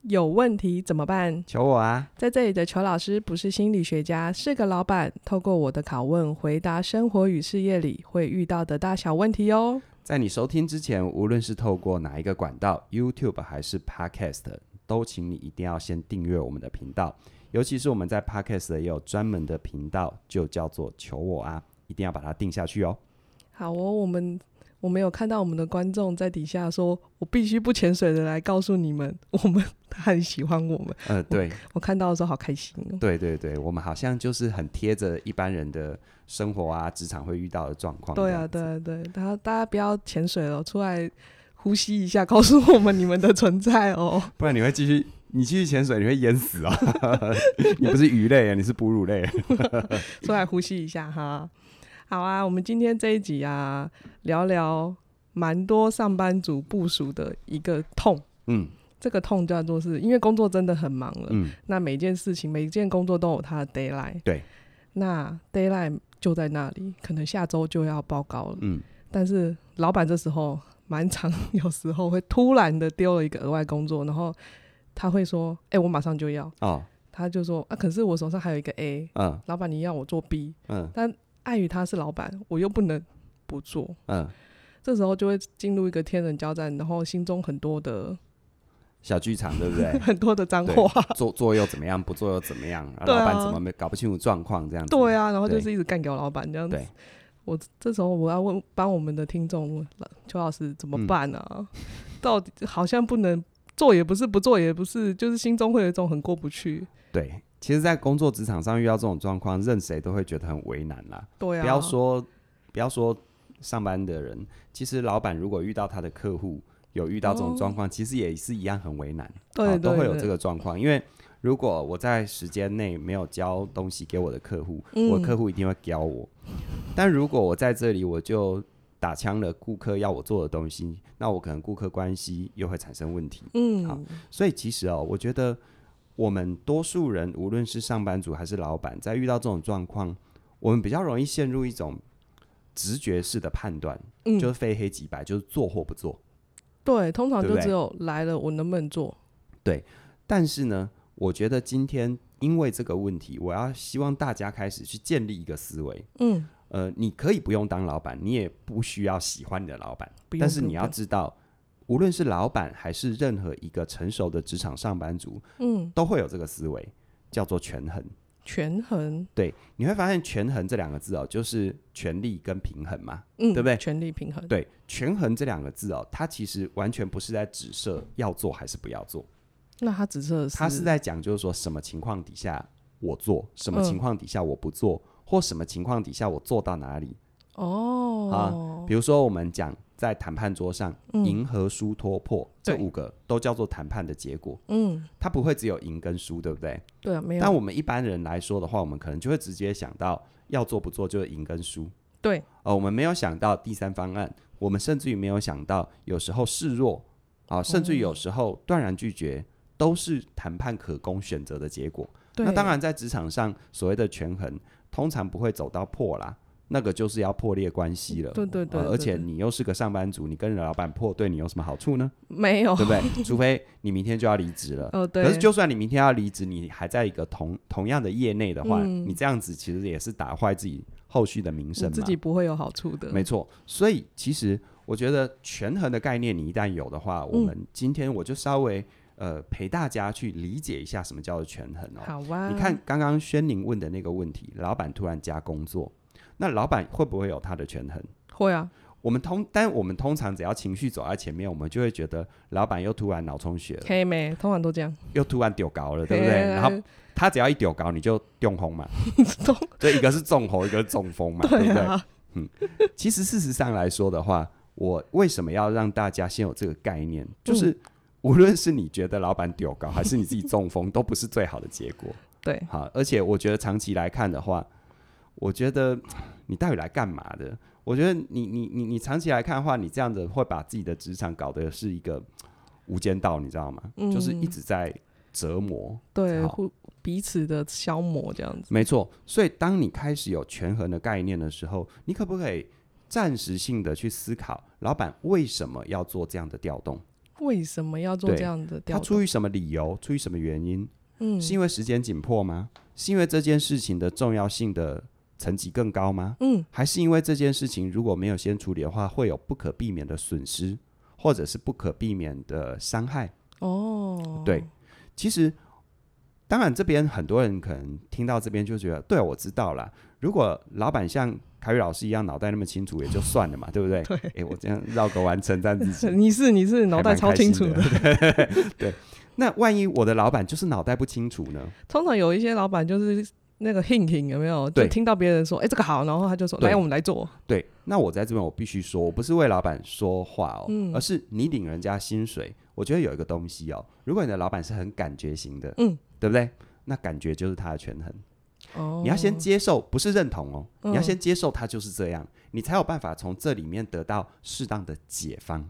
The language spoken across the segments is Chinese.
有问题怎么办？ 求我啊！ 在这里的裘老师不是心理学家，是个老板，透过我的拷问，回答生活与事业里会遇到的大小问题哦。 在你收听之前，无论是透过哪一个管道 YouTube 还是 Podcast， 都请你一定要先订阅我们的频道，尤其是我们在 Podcast 也有专门的频道，就叫做求我啊，一定要把它定下去哦。 好哦，我们有看到我们的观众在底下说，我必须不潜水的来告诉你们，他很喜欢我们。 对， 我看到的时候好开心哦。 对对对，我们好像就是很贴着一般人的生活啊、职场会遇到的状况。 对啊，对啊，对，大家不要潜水了，出来呼吸一下，告诉我们你们的存在哦。 不然你继续潜水，你会淹死啊！你不是鱼类啊，你是哺乳类。 出来呼吸一下哈。好啊，我们今天这一集啊，聊聊蛮多上班族部署的一个痛。这个痛叫做是因为工作真的很忙了。那每件事情每件工作都有它的 deadline。 对。 那 deadline 就在那里，可能下周就要报告了。但是老板这时候蛮常有时候会突然的丢了一个额外工作，然后他会说我马上就要。他就说可是我手上还有一个 A。老板你要我做 B。但碍于他是老板，我又不能不做。这时候就会进入一个天人交战，然后心中很多的小剧场，对不对？ 很多的脏话， 做又怎么样，不做又怎么样？老板怎么搞不清楚状况这样子？ 对啊，然后就是一直干掉老板这样子。 对， 这时候我要帮我们的听众邱老师怎么办啊？到底好像不能做也不是，不做也不是，就是心中会有一种很过不去。 对，其实在工作职场上遇到这种状况，任谁都会觉得很为难啦。 对啊， 不要说上班的人，其实老板如果遇到他的客户有遇到这种状况，其实也是一样很为难。 对， 都会有这个状况。因为如果我在时间内没有交东西给我的客户，我的客户一定会教我。但如果我在这里我就打枪了顾客要我做的东西，那我可能顾客关系又会产生问题。好，所以其实我觉得我们多数人无论是上班族还是老板，在遇到这种状况，我们比较容易陷入一种直觉式的判断，就是非黑即白，就是做或不做。 对，通常就只有来了我能不能做。 对，但是呢，我觉得今天因为这个问题，我要希望大家开始去建立一个思维。你可以不用当老板，你也不需要喜欢你的老板，但是你要知道，无论是老板还是任何一个成熟的职场上班族，都会有这个思维，叫做权衡。 权衡， 对，你会发现权衡这两个字就是权力跟平衡嘛，对不对？ 权力平衡， 对，权衡这两个字它其实完全不是在指涉要做还是不要做。 那它指涉它是在讲就是说什么情况底下我做，什么情况底下我不做，或什么情况底下我做到哪里。比如说我们讲在谈判桌上，赢和输脱破，这5个都叫做谈判的结果。它不会只有赢跟输，对不对？ 对啊，没有。 但我们一般人来说的话，我们可能就会直接想到要做不做就是赢跟输。 对， 我们没有想到第三方案，我们甚至于没有想到有时候示弱甚至于有时候断然拒绝，都是谈判可供选择的结果。那当然在职场上所谓的权衡通常不会走到破啦，那个就是要破裂关系了。 对， 而且你又是个上班族，你跟老板破，对你有什么好处呢？ 没有， 对不对？除非你明天就要离职了。 对。 可是就算你明天要离职，你还在一个同样的业内的话，你这样子其实也是打坏自己后续的名声嘛， 自己不会有好处的。 没错，所以其实我觉得权衡的概念你一旦有的话，我们今天我就稍微陪大家去理解一下什么叫做权衡。 好啊。 你看刚刚轩宁问的那个问题，老板突然加工作，那老板会不会有他的权衡？ 会啊。 但我们通常只要情绪走在前面，我们就会觉得老板又突然脑充血了， 可以没？通常都这样， 又突然丢高了，对不对？然后他只要一丢高，你就中风嘛，就一个是中喉，一个是中风嘛，对不对？其实事实上来说的话，我为什么要让大家先有这个概念？就是无论是你觉得老板丢高，还是你自己中风，都不是最好的结果。 对， 好，而且我觉得长期来看的话，我觉得你到底来干嘛的？我觉得你长期来看的话，你这样子会把自己的职场搞得是一个无间道，你知道吗？就是一直在折磨， 对，彼此的消磨这样子。 没错，所以当你开始有权衡的概念的时候，你可不可以暂时性的去思考，老板为什么要做这样的调动？ 为什么要做这样的调动？ 他出于什么理由，出于什么原因？是因为时间紧迫吗？是因为这件事情的重要性的层级更高吗？还是因为这件事情如果没有先处理的话，会有不可避免的损失，或者是不可避免的伤害？对，其实当然这边很多人可能听到这边就觉得，对，我知道啦，如果老板像凯宇老师一样脑袋那么清楚也就算了嘛，对不对？对，我这样绕个弯称赞自己， 你是脑袋超清楚的， 对。那万一我的老板就是脑袋不清楚呢？ 通常有一些老板就是那个 hint 有没有？就听到别人说，这个好，然后他就说，来，我们来做。对， 那我在这边我必须说，我不是为老板说话而是你领人家薪水，我觉得有一个东西如果你的老板是很感觉型的，对不对？那感觉就是他的权衡。你要先接受，不是认同你要先接受他就是这样，你才有办法从这里面得到适当的解方。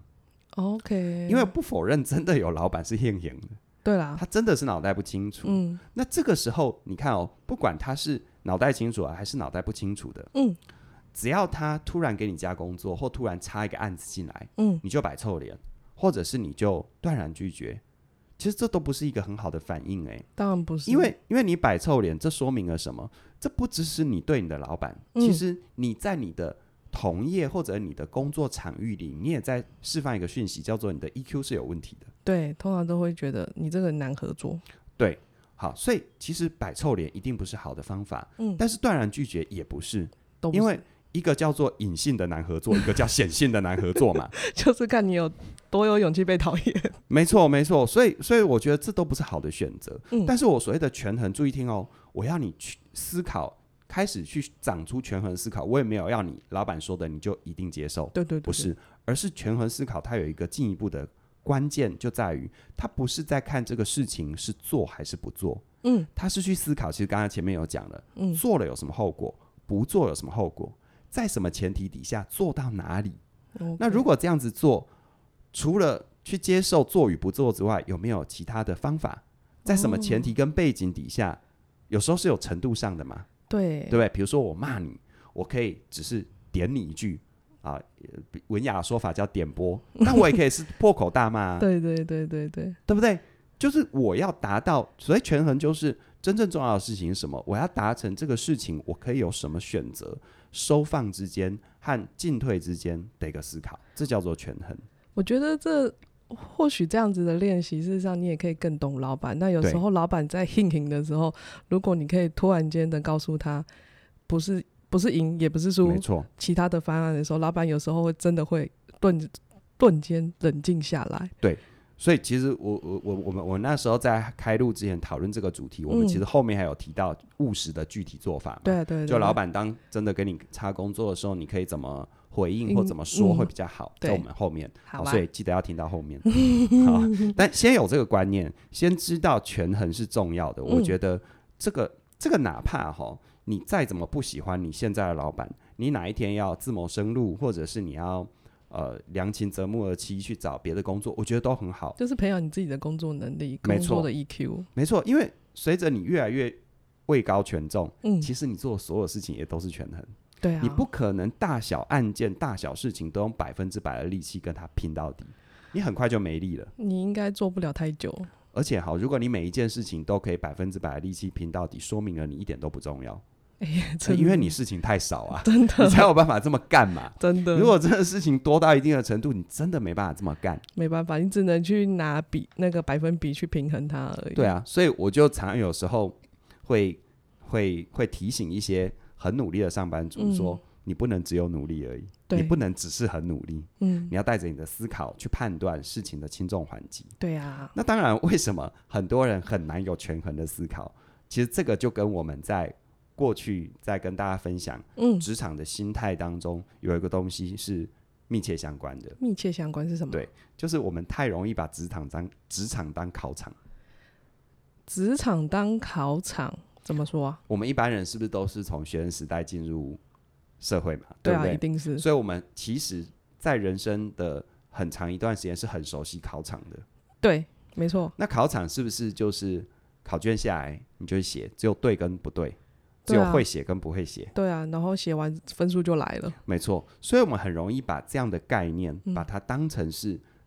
OK， 因为不否认真的有老板是hiện眼的， 对啦， 他真的是脑袋不清楚。那这个时候你看不管他是脑袋清楚还是脑袋不清楚的，只要他突然给你加工作，或突然插一个案子进来，你就摆臭脸，或者是你就断然拒绝，其实这都不是一个很好的反应。 当然不是， 因为你摆臭脸，这说明了什么？这不只是你对你的老板，其实你在你的同业或者你的工作场域里，你也在释放一个讯息，叫做你的 EQ 是有问题的。 对，通常都会觉得你这个难合作。 对，好，所以其实摆臭脸一定不是好的方法，但是断然拒绝也不是，因为一个叫做隐性的难合作，一个叫显性的难合作嘛， 就是看你有多有勇气被讨厌。 没错，没错，所以我觉得这都不是好的选择。但是我所谓的权衡，注意听我要你去思考。开始去长出权衡思考，我也没有要你老板说的你就一定接受，对，不是，而是权衡思考它有一个进一步的关键，就在于他不是在看这个事情是做还是不做，他是去思考，其实刚才前面有讲了，做了有什么后果，不做有什么后果，在什么前提底下做到哪里。那如果这样子做，除了去接受做与不做之外，有没有其他的方法？在什么前提跟背景底下，有时候是有程度上的嘛。对不对？比如说我骂你，我可以只是点你一句文雅的说法叫点播，但我也可以是破口大骂对，对不对？就是我要达到，所以权衡就是真正重要的事情是什么？我要达成这个事情，我可以有什么选择？收放之间和进退之间的一个思考，这叫做权衡。 我觉得或许这样子的练习，事实上你也可以更懂老板。那有时候老板在 hint 的时候，如果你可以突然间的告诉他，不是赢也不是输，没错，其他的方案的时候，老板有时候真的会顿间冷静下来。 对，所以其实我那时候在开录之前讨论这个主题，我们其实后面还有提到务实的具体做法嘛。对，就老板当真的给你插工作的时候，你可以怎么回应或怎么说会比较好，在我们后面，所以记得要听到后面。好，但先有这个观念，先知道权衡是重要的。我觉得这个哪怕你再怎么不喜欢你现在的老板，你哪一天要自谋生路，或者是你要良禽择木而栖去找别的工作，我觉得都很好， 就是培养你自己的工作能力，工作的 EQ。没错，因为随着你越来越位高权重，其实你做的所有事情也都是权衡。对啊，你不可能大小案件、大小事情都用100%的力气跟他拼到底，你很快就没力了。 你应该做不了太久。 而且如果你每一件事情都可以100%的力气拼到底，说明了你一点都不重要。因为你事情太少啊，真的，你才有办法这么干嘛？真的，如果真的事情多到一定的程度，你真的没办法这么干。 没办法，你只能去拿那个百分比去平衡它而已。 对啊，所以我就常有时候会提醒一些很努力的上班族说，你不能只有努力而已，你不能只是很努力，你要带着你的思考去判断事情的轻重缓急。对啊，那当然，为什么很多人很难有权衡的思考？其实这个就跟我们在过去在跟大家分享职场的心态当中，有一个东西是密切相关的。 密切相关是什么？ 对，就是我们太容易把职场当考场。 职场当考场怎么说啊？ 我们一般人是不是都是从学生时代进入社会嘛？对不对？ 一定是。 所以我们其实在人生的很长一段时间是很熟悉考场的。 对，没错。 那考场是不是就是考卷下来你就会写，只有对跟不对，只有会写跟不会写。 对啊，然后写完分数就来了。 没错，所以我们很容易把这样的概念把它当成是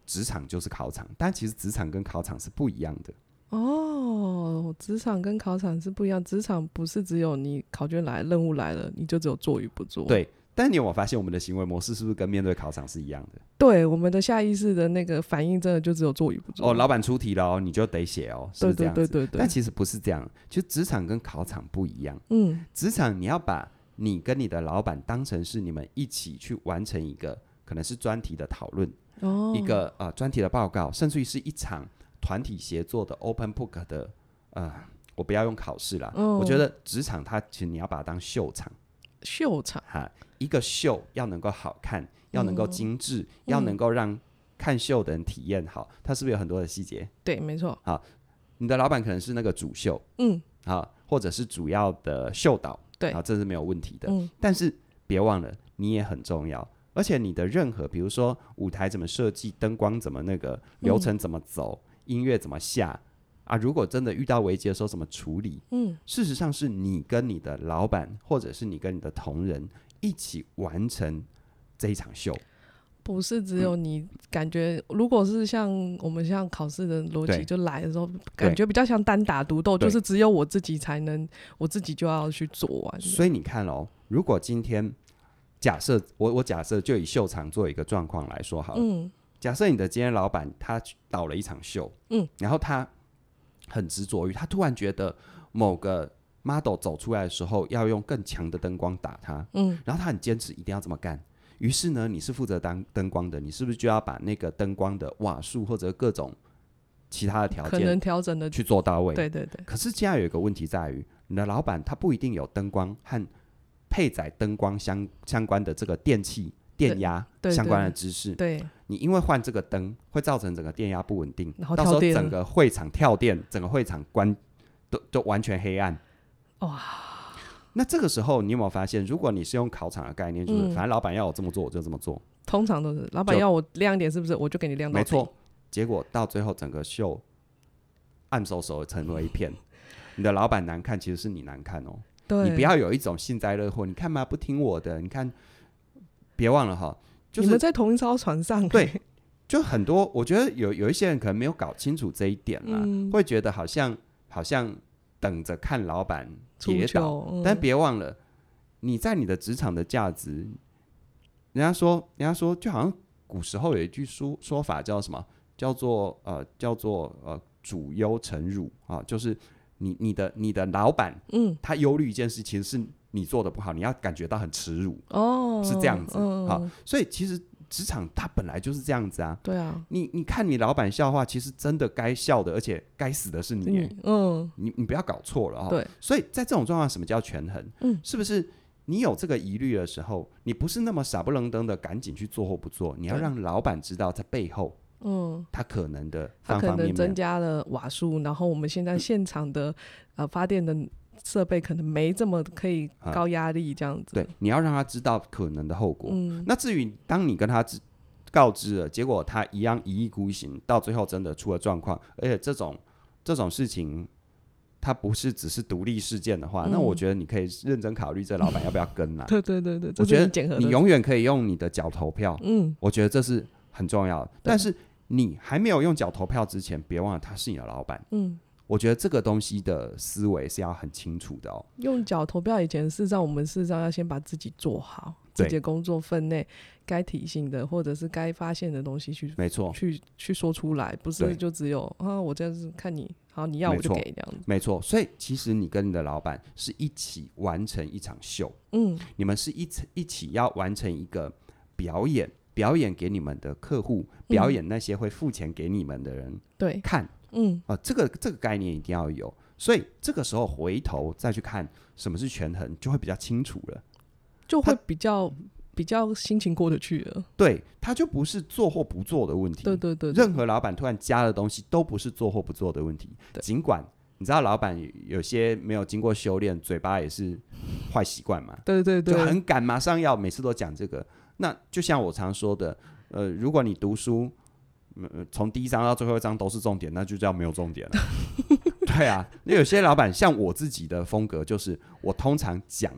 职场就是考场，但其实职场跟考场是不一样的。 职场跟考场是不一样，职场不是只有你考卷来任务来了你就只有做与不做。 对，但你有没有发现我们的行为模式是不是跟面对考场是一样的？ 对，我们的下意识的那个反应真的就只有做与不做。 老板出题了你就得写是不是这样子？ 对， 但其实不是这样，其实职场跟考场不一样。职场你要把你跟你的老板当成是你们一起去完成一个可能是专题的讨论，一个专题的报告，甚至于是一场团体协作的 open book 的我不要用考试啦，我觉得职场它其实你要把它当秀场。一个秀要能够好看，要能够精致，要能够让看秀的人体验好，它是不是有很多的细节？ 对，没错。 好，你的老板可能是那个主秀，或者是主要的秀导，对，这是没有问题的。但是别忘了，你也很重要，而且你的任何，比如说舞台怎么设计，灯光怎么那个，流程怎么走，音乐怎么下如果真的遇到危机的时候怎么处理？事实上是你跟你的老板，或者是你跟你的同仁一起完成这一场秀。 不是只有你感觉，如果是像我们像考试的逻辑就来的时候，感觉比较像单打独斗，就是只有我自己才能，我自己就要去做完。 所以你看如果今天假设我假设就以秀场做一个状况来说好了，假设你的今天老板他导了一场秀，然后他很执着于他突然觉得某个 model 走出来的时候要用更强的灯光打他，然后他很坚持一定要这么干。于是呢，你是负责当灯光的，你是不是就要把那个灯光的瓦数或者各种其他的条件可能调整的去做到位？ 对。 可是现在有一个问题在于，你的老板他不一定有灯光和配载灯光相关的这个电器、电压相关的知识。对，你因为换这个灯会造成整个电压不稳定，到时候整个会场跳电，整个会场关都完全黑暗。哇！那这个时候你有没有发现，如果你是用考场的概念，就是反正老板要我这么做我就这么做， 通常都是老板要我亮一点，是不是我就给你亮到底？ 没错。结果到最后整个秀暗熟熟成为一片，你的老板难看，其实是你难看对，你不要有一种幸灾乐祸，你看嘛不听我的，你看，别忘了就是你们在同一艘船上。 对，就很多，我觉得有一些人可能没有搞清楚这一点啦，会觉得好像等着看老板跌倒，但别忘了你在你的职场的价值。人家说就好像古时候有一句说法叫什么，叫做主忧成辱就是你的老板他忧虑一件事，其实是你做的不好，你要感觉到很耻辱是这样子所以其实职场它本来就是这样子啊。对啊，你看你老板笑话，其实真的该笑的，而且该死的是你你不要搞错了对，所以在这种状况，什么叫权衡？是不是你有这个疑虑的时候，你不是那么傻不愣登的赶紧去做或不做，你要让老板知道在背后他可能的方方面面，他可能增加了瓦数，然后我们现在现场的发电的设备可能没这么可以高压力这样子对，你要让他知道可能的后果那至于当你跟他告知了，结果他一样一意孤行，到最后真的出了状况，而且这种事情它不是只是独立事件的话那我觉得你可以认真考虑这老板要不要跟啦对，我觉得你永远可以用你的脚投票我觉得这是很重要的。但是你还没有用脚投票之前，别忘了他是你的老板我觉得这个东西的思维是要很清楚的用脚投票以前，事实上我们事实上要先把自己做好，自己的工作分内该提醒的或者是该发现的东西没错去说出来，不是就只有我这样子看你好，你要我就给这样子。 没错，所以其实你跟你的老板是一起完成一场秀你们是一起要完成一个表演给你们的客户表演那些会付钱给你们的人看这个概念一定要有，所以这个时候回头再去看什么是权衡，就会比较清楚了， 就会比较心情过得去了。 对，它就不是做或不做的问题。对，任何老板突然加的东西都不是做或不做的问题。尽管你知道老板有些没有经过修炼，嘴巴也是坏习惯嘛。对，就很赶，马上要每次都讲这个。那就像我常说的，如果你读书从第一章到最后一章都是重点，那就叫没有重点了对啊，那有些老板像我自己的风格就是我通常讲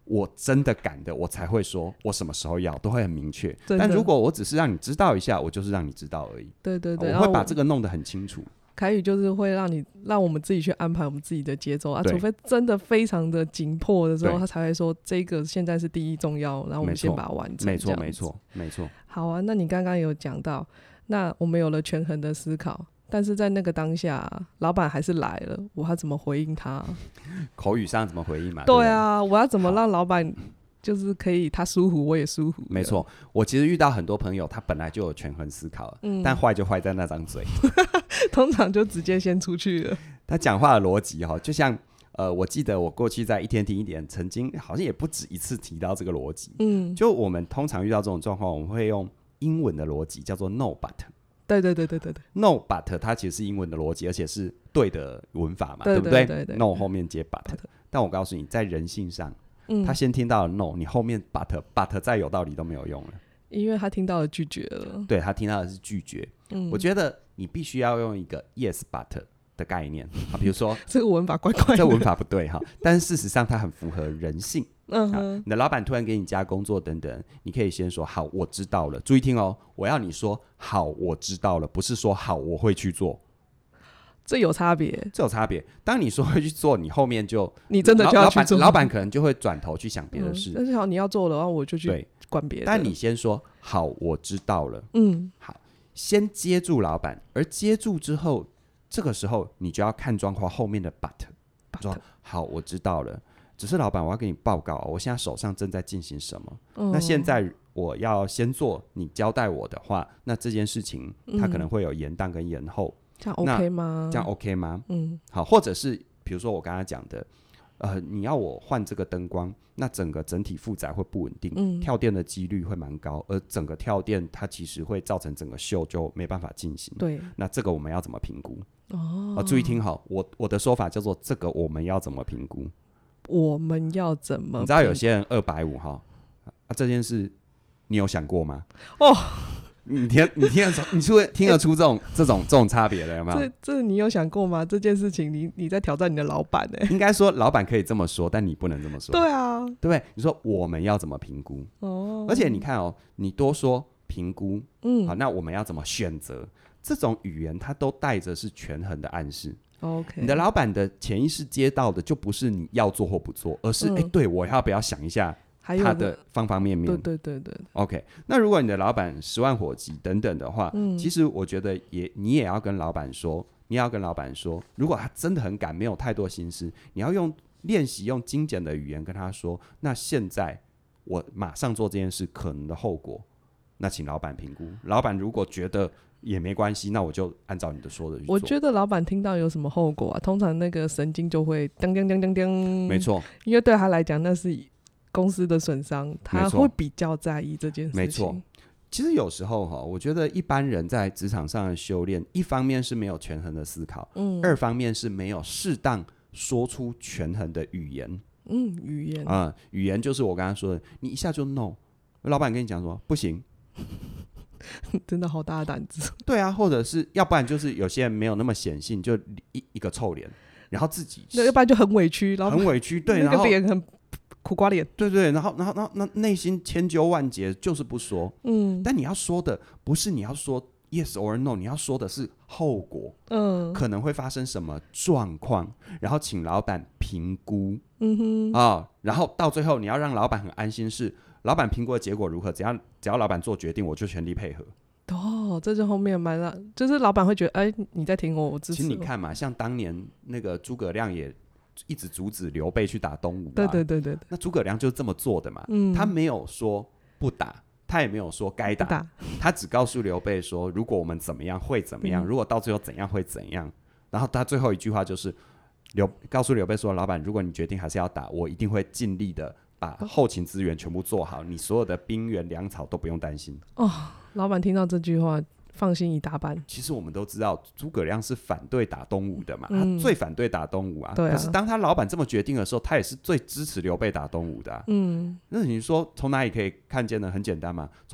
我真的赶的，我才会说我什么时候要，都会很明确。 真的但如果我只是让你知道一下，我就是让你知道而已。 对对对， 我会把这个弄得很清楚。 凯宇就是会让我们自己去安排我们自己的节奏啊， 对除非真的非常的紧迫的时候， 对他才会说这个现在是第一重要，然后我们先把它完成。 没错没错没错。 好啊，那你刚刚有讲到，那我们有了权衡的思考，但是在那个当下，老板还是来了，我要怎么回应他？ 口语上怎么回应嘛？ 对啊，我要怎么让老板就是可以他舒服我也舒服？ 没错，我其实遇到很多朋友，他本来就有权衡思考了，但坏就坏在那张嘴， 通常就直接先出去了。 他讲话的逻辑就像我记得我过去在一天听一点，曾经好像也不止一次提到这个逻辑。就我们通常遇到这种状况，我们会用英文的逻辑叫做 no but。 对对对对对对 ，no but 它其实是英文的逻辑，而且是对的文法嘛， 对不对？ 对对 no 后面接 but， 但我告诉你，在人性上，他先听到了 no， 你后面 but 再有道理都没有用了， 因为他听到了拒绝了。 对，他听到的是拒绝。我觉得你必须要用一个 yes but 的概念啊，比如说这个文法怪怪的， 这文法不对哈，但是事实上它很符合人性。你的老板突然给你加工作等等，你可以先说好，我知道了。注意听哦，我要你说好，我知道了，不是说好，我会去做。 这有差别， 这有差别。当你说会去做，你后面就你真的就要去做， 老板可能就会转头去想别的事。 但是好，你要做的话，我就去管别的。 但你先说好，我知道了。好，先接住老板，而接住之后，这个时候你就要看状况后面的 but， 说好，我知道了。只是老板，我要跟你报告，我现在手上正在进行什么。那现在我要先做你交代我的话，那这件事情它可能会有延宕跟延后。 这样 OK 吗？ 这样 OK 吗？好，或者是比如说我刚才讲的，你要我换这个灯光，那整体负载会不稳定，跳电的几率会蛮高，而整个跳电它其实会造成整个秀就没办法进行。 对， 那这个我们要怎么评估？注意听好，我的说法叫做这个我们要怎么评估？ 我们要怎么？ 你知道有些人250哈，这件事你有想过吗？你听得出这种差别的有没有？ 这你有想过吗？这件事情你在挑战你的老板呢？ 应该说老板可以这么说，但你不能这么说。 对啊， 对不对？你说我们要怎么评估？而且你看你多说评估，好，那我们要怎么选择？这种语言它都带着是权衡的暗示。 OK， 你的老板的潜意识接到的就不是你要做或不做，而是对我要不要想一下他的方方面面。 对 OK， 那如果你的老板10万火急等等的话，其实我觉得你也要跟老板说，如果他真的很赶，没有太多心思，你要练习用精简的语言跟他说，那现在我马上做这件事可能的后果，那请老板评估。老板如果觉得也没关系，那我就按照你的说的去做。 我觉得老板听到有什么后果啊，通常那个神经就会叮叮叮叮叮。 没错， 因为对他来讲那是公司的损伤，他会比较在意这件事情。 没错，其实有时候我觉得一般人在职场上的修炼，一方面是没有权衡的思考，二方面是没有适当说出权衡的语言。语言就是我刚刚说的，你一下就 no， 老板跟你讲说不行。 真的好大的胆子。 对啊，或者是要不然就是有些人没有那么显性，就一个臭脸，然后自己要不然就很委屈，然后很委屈，对， 那个脸很苦瓜脸， 对，然后那内心千揪万结，就是不说。但你要说的不是你要说 yes or no， 你要说的是后果，可能会发生什么状况，然后请老板评估，然后到最后你要让老板很安心是。老板评估的结果如何？只要老板做决定，我就全力配合。 这就后面就是老板会觉得，你在听我支持我。 其实你看嘛，像当年那个诸葛亮也一直阻止刘备去打东吴。 对。 那诸葛亮就是这么做的嘛。他没有说不打，他也没有说该打，他只告诉刘备说，如果我们怎么样会怎么样，如果到最后怎样会怎样。然后他最后一句话就是告诉刘备说，老板，如果你决定还是要打，我一定会尽力的。把后勤资源全部做好，你所有的兵源粮草都不用担心。 老板听到这句话放心一大半。 其实我们都知道诸葛亮是反对打东吴的嘛，他最反对打东吴啊。 对啊， 可是当他老板这么决定的时候，他也是最支持刘备打东吴的。那你说从哪里可以看见呢？很简单嘛，从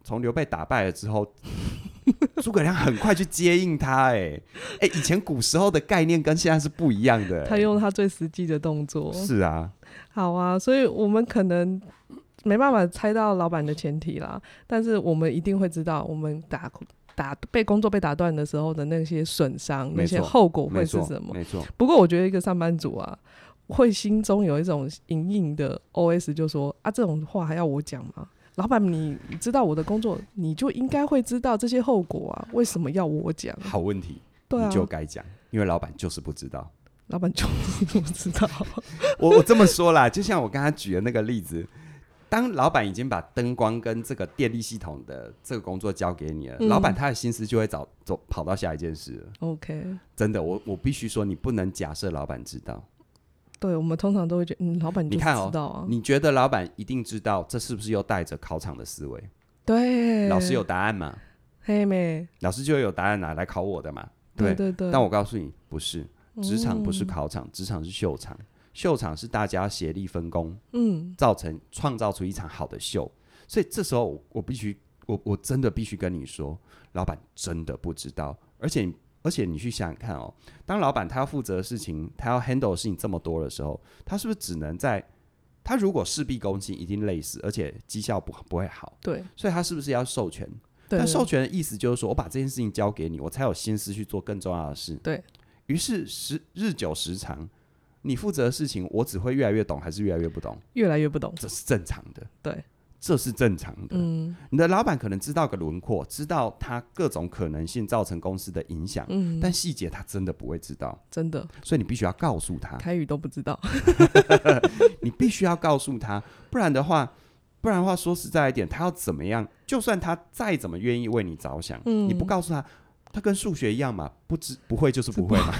从刘备打败了之后，诸葛亮很快去接应他。以前古时候的概念跟现在是不一样的。 他用他最实际的动作。 是啊， 好啊，所以我们可能没办法猜到老板的前提啦，但是我们一定会知道我们工作被打断的时候的那些损伤，那些后果会是什么。 没错。 不过我觉得一个上班族啊，会心中有一种隐隐的 OS， 就说啊，这种话还要我讲吗？老板，你知道我的工作，你就应该会知道这些后果啊，为什么要我讲？ 好问题， 对啊， 你就该讲，因为老板就是不知道。 老板就是不知道。 我这么说啦，就像我刚才举的那个例子，当老板已经把灯光跟这个电力系统的这个工作交给你了，老板他的心思就会跑到下一件事了。 OK， 真的，我必须说，你不能假设老板知道。 对，我们通常都会觉得，老板就知道啊。 你觉得老板一定知道，这是不是又带着考场的思维？ 对， 老师有答案吗？ 嘿妹， 老师就有答案来考我的嘛？ 对。 但我告诉你，不是，职场不是考场，职场是秀场。秀场是大家协力分工，创造出一场好的秀。所以这时候我真的必须跟你说，老板真的不知道。而且你去想想看哦，当老板他要负责的事情，他要 handle 的事情这么多的时候，他是不是只能他如果事必躬亲，一定累死，而且绩效不会好。 对， 所以他是不是要授权？但授权的意思就是说，我把这件事情交给你，我才有心思去做更重要的事。 对， 于是日久时长，你负责的事情，我只会越来越懂，还是越来越不懂？ 越来越不懂， 这是正常的。 对， 这是正常的。你的老板可能知道个轮廓，知道他各种可能性造成公司的影响，但细节他真的不会知道， 真的。 所以你必须要告诉他， 开语都不知道。 你必须要告诉他，不然的话，说实在一点，他要怎么样？就算他再怎么愿意为你着想，你不告诉他，他跟数学一样嘛，不会就是不会嘛。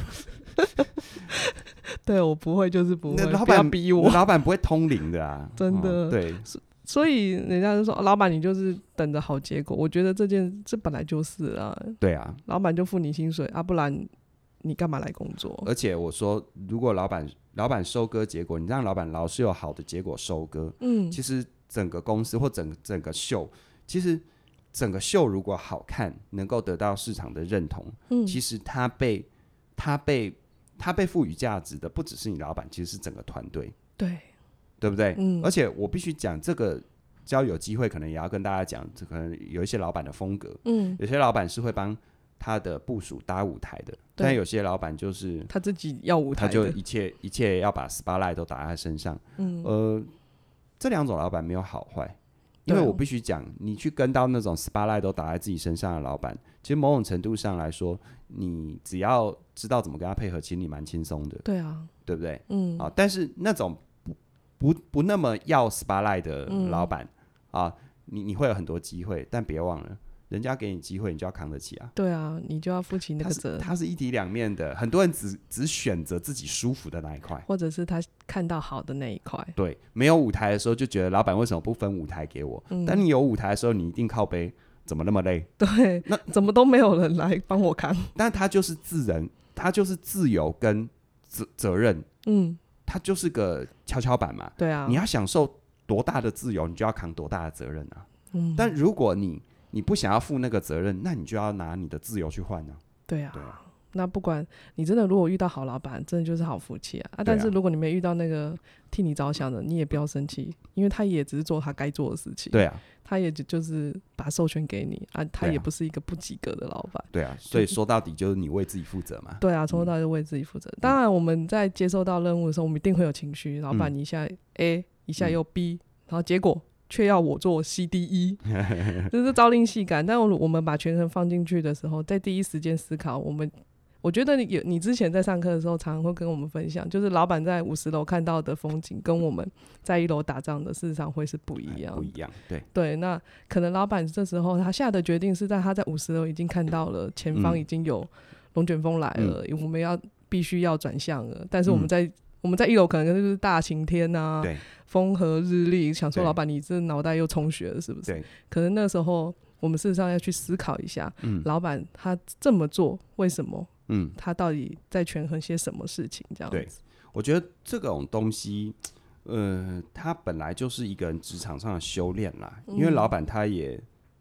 对，我不会就是不会， 老板不要逼我。 老板不会通灵的啊， 真的。 对。 所以人家就说，老板你就是等着好结果。我觉得这本来就是啊。 对啊， 老板就付你薪水啊，不然你干嘛来工作？ 而且我说，如果老板收割结果，你让老板老是有好的结果收割，其实整个公司或整个秀，其实整个秀如果好看，能够得到市场的认同，其实他被赋予价值的不只是你老板，其实是整个团队。对不对？而且我必须讲，这个只要有机会，可能也要跟大家讲，可能有一些老板的风格，有些老板是会帮他的部属搭舞台的，但有些老板就是他自己要舞台的， 他就一切要把 spotlight 都打在身上。这两种老板没有好坏，因为我必须讲，你去跟到那种 spotlight 都打在自己身上的老板，其实某种程度上来说，你只要知道怎么跟他配合，其实你蛮轻松的。 对啊， 对不对？但是那种不那么要 spotlight 的老板，你会有很多机会，但别忘了，人家给你机会，你就要扛得起啊。 对啊，你就要负起那个责任。 它是一体两面的，很多人只选择自己舒服的那一块， 或者是他看到好的那一块。 对，没有舞台的时候就觉得老板为什么不分舞台给我？但你有舞台的时候，你一定靠背，怎么那么累？ 对，那怎么都没有人来帮我扛？ 但他就是他就是自由跟责任。它就是个跷跷板嘛， 对啊， 你要享受多大的自由，你就要扛多大的责任啊。但如果你不想要负那个责任，那你就要拿你的自由去换啊。 对啊，那不管你真的如果遇到好老板，真的就是好福气啊。但是如果你没遇到那个替你着想的，你也不要生气，因为他也只是做他该做的事情。 对啊， 他也就是把授权给你啊，他也不是一个不及格的老板。 对啊，所以说到底就是你为自己负责嘛。 对啊，从头到尾就为自己负责。当然我们在接收到任务的时候，我们一定会有情绪，老板一下 A 一下又 B，然后结果却要我做 CDE， 就是朝令夕改。但我们把权衡放进去的时候，在第一时间思考，我觉得你之前在上课的时候常常会跟我们分享，就是老板在50楼看到的风景跟我们在1楼打仗的事实上会是不一样。 不一样， 对，那可能老板这时候他下的决定是他在50楼已经看到了前方已经有龙卷风来了，我们必须要转向了，但是我们在1楼可能就是大晴天啊，风和日丽，想说老板你这脑袋又充血了是不是？对，可能那时候我们事实上要去思考一下，老板他这么做为什么？他到底在权衡些什么事情？这样子， 对，我觉得这种东西，它本来就是一个人职场上的修炼啦。因为老板他也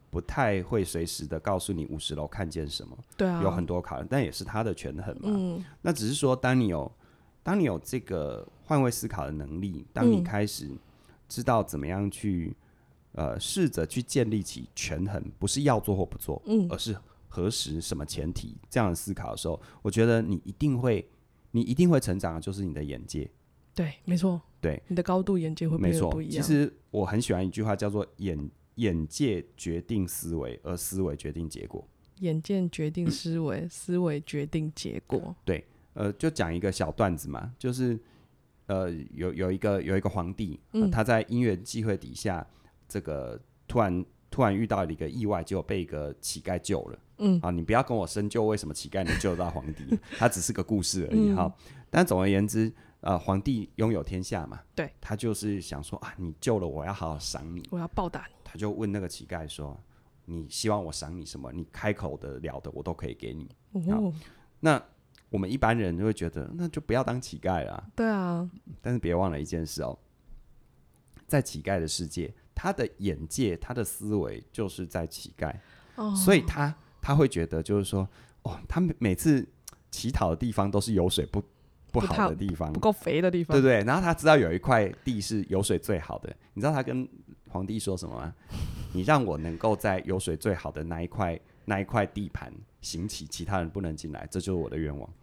不太会随时的告诉你50楼看见什么， 对啊， 有很多考量，但也是他的权衡嘛。那只是说，当你有这个换位思考的能力，当你开始知道怎么样去试着去建立起权衡，不是要做或不做，而是何时什么前提这样的思考的时候，我觉得你一定会成长的，就是你的眼界。 对，没错， 对， 你的高度眼界会变得不一样。 其实我很喜欢一句话，叫做眼界决定思维，而思维决定结果。 眼界决定思维，思维决定结果。 对，就讲一个小段子嘛，就是有一个皇帝，他在因缘际会底下，这个突然遇到了一个意外，结果被一个乞丐救了。你不要跟我深究为什么乞丐能救到皇帝，他只是个故事而已哈。但总而言之，皇帝拥有天下嘛， 对， 他就是想说啊，你救了我，要好好赏你， 我要报答你。 他就问那个乞丐说：“你希望我赏你什么？你开口的了的，我都可以给你。”那我们一般人就会觉得，那就不要当乞丐啦。 对啊， 但是别忘了一件事哦，在乞丐的世界，他的眼界、他的思维就是在乞丐，所以他会觉得就是说，他每次乞讨的地方都是有水不好的地方， 不够肥的地方， 对不对？然后他知道有一块地是有水最好的，你知道他跟皇帝说什么吗？你让我能够在有水最好的那一块地盘行乞，其他人不能进来，这就是我的愿望。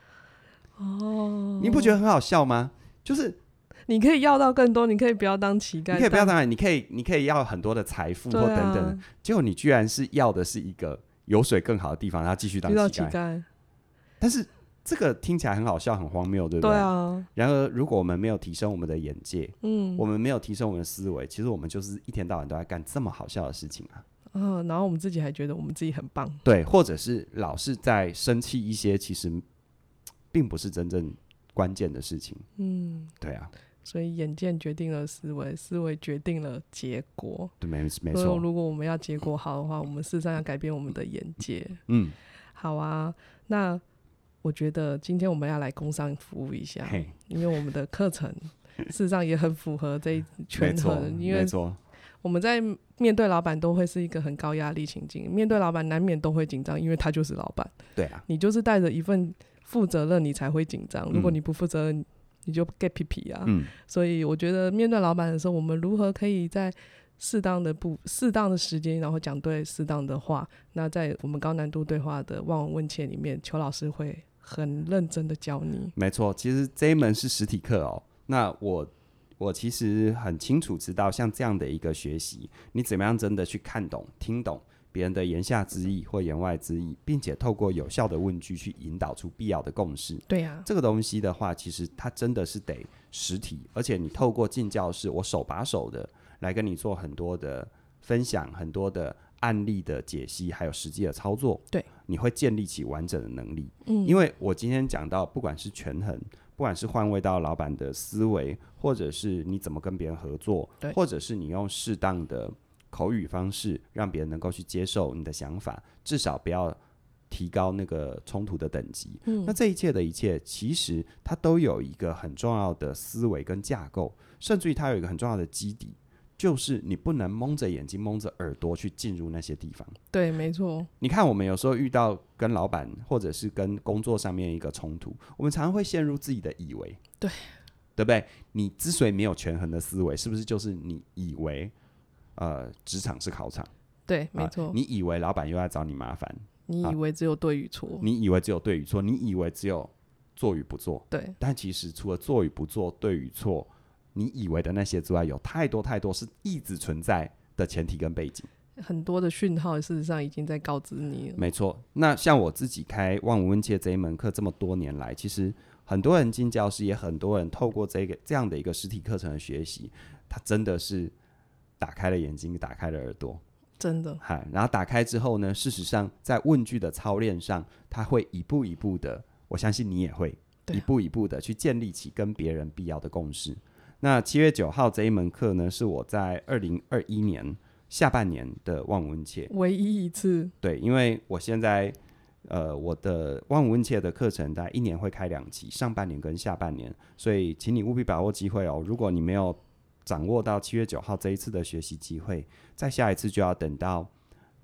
你不觉得很好笑吗？就是你可以要到更多，你可以不要当乞丐， 你可以不要当然，你可以要很多的财富或等等的，结果你居然是要的是一个有水更好的地方，然后继续当乞丐。但是这个听起来很好笑，很荒谬，对不对？ 对啊。 然而，如果我们没有提升我们的眼界，我们没有提升我们的思维，其实我们就是一天到晚都在干这么好笑的事情啊。 然后我们自己还觉得我们自己很棒， 对，或者是老是在生气一些其实并不是真正关键的事情。对啊。 所以眼界决定了思维，思维决定了结果。 对，没错。 所以如果我们要结果好的话，我们事实上要改变我们的眼界。好啊，那我觉得今天我们要来工商服务一下，因为我们的课程事实上也很符合这一权衡，因为我们在面对老板都会是一个很高压力情境，面对老板难免都会紧张，因为他就是老板。 对啊， 你就是带着一份负责任你才会紧张，如果你不负责任你就 get 屁屁啊。所以我觉得面对老板的时候，我们如何可以在适当的时间，然后讲对适当的话，那在我们高难度对话的望闻问切里面，邱老师会很认真的教你。 没错，其实这一门是实体课哦。那我其实很清楚知道，像这样的一个学习，你怎么样真的去看懂、听懂别人的言下之意或言外之意，并且透过有效的问句去引导出必要的共识。 对啊， 这个东西的话，其实它真的是得实体，而且你透过进教室，我手把手的来跟你做很多的分享，很多的案例的解析，还有实际的操作。 对， 你会建立起完整的能力。因为我今天讲到，不管是权衡，不管是换位到老板的思维，或者是你怎么跟别人合作，或者是你用适当的口语方式让别人能够去接受你的想法，至少不要提高那个冲突的等级。那这一切的一切，其实它都有一个很重要的思维跟架构，甚至于它有一个很重要的基底，就是你不能蒙着眼睛蒙着耳朵去进入那些地方。 对，没错。 你看我们有时候遇到跟老板或者是跟工作上面一个冲突，我们常常会陷入自己的以为， 对不对？你之所以没有权衡的思维，是不是就是你以为职场是考场？ 对，没错。 你以为老板又要找你麻烦， 你以为只有对与错， 你以为只有对与错，你以为只有做与不做。 对， 但其实除了做与不做、对与错，你以为的那些之外，有太多太多是一直存在的前提跟背景。 很多的讯号事实上已经在告知你了。 没错。那像我自己开望闻问切这一门课这么多年来，其实很多人进教室，也很多人透过这样的一个实体课程的学习，他真的是打开了眼睛，打开了耳朵， 真的。 然后打开之后呢，事实上在问句的操练上，他会一步一步的，我相信你也会一步一步的去建立起跟别人必要的共识。那7月9号这一门课呢，是我在2021年下半年的望闻问切唯一一次。 对，因为我现在我的望闻问切的课程大概1年会开2期，上半年跟下半年，所以请你务必把握机会哦。如果你没有掌握到7月9号这一次的学习机会，再下一次就要等到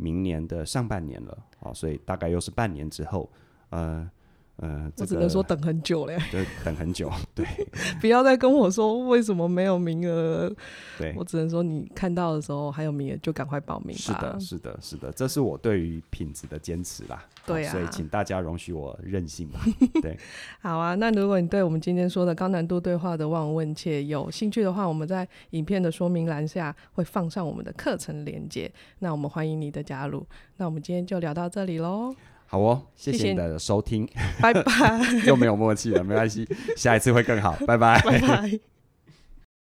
明年的上半年了，所以大概又是半年之后， 我只能说等很久嘞， 就等很久，对， 不要再跟我说为什么没有名额， 对， 我只能说你看到的时候还有名额就赶快报名吧。 是的，这是我对于品质的坚持啦， 对啊， 所以请大家容许我任性吧，对， 好啊，那如果你对我们今天说的高难度对话的望闻问切有兴趣的话，我们在影片的说明栏下会放上我们的课程连结，那我们欢迎你的加入。那我们今天就聊到这里咯。 好哦，谢谢你的收听， 拜拜。 又没有默契了，没关系，下一次会更好，拜拜。 拜拜。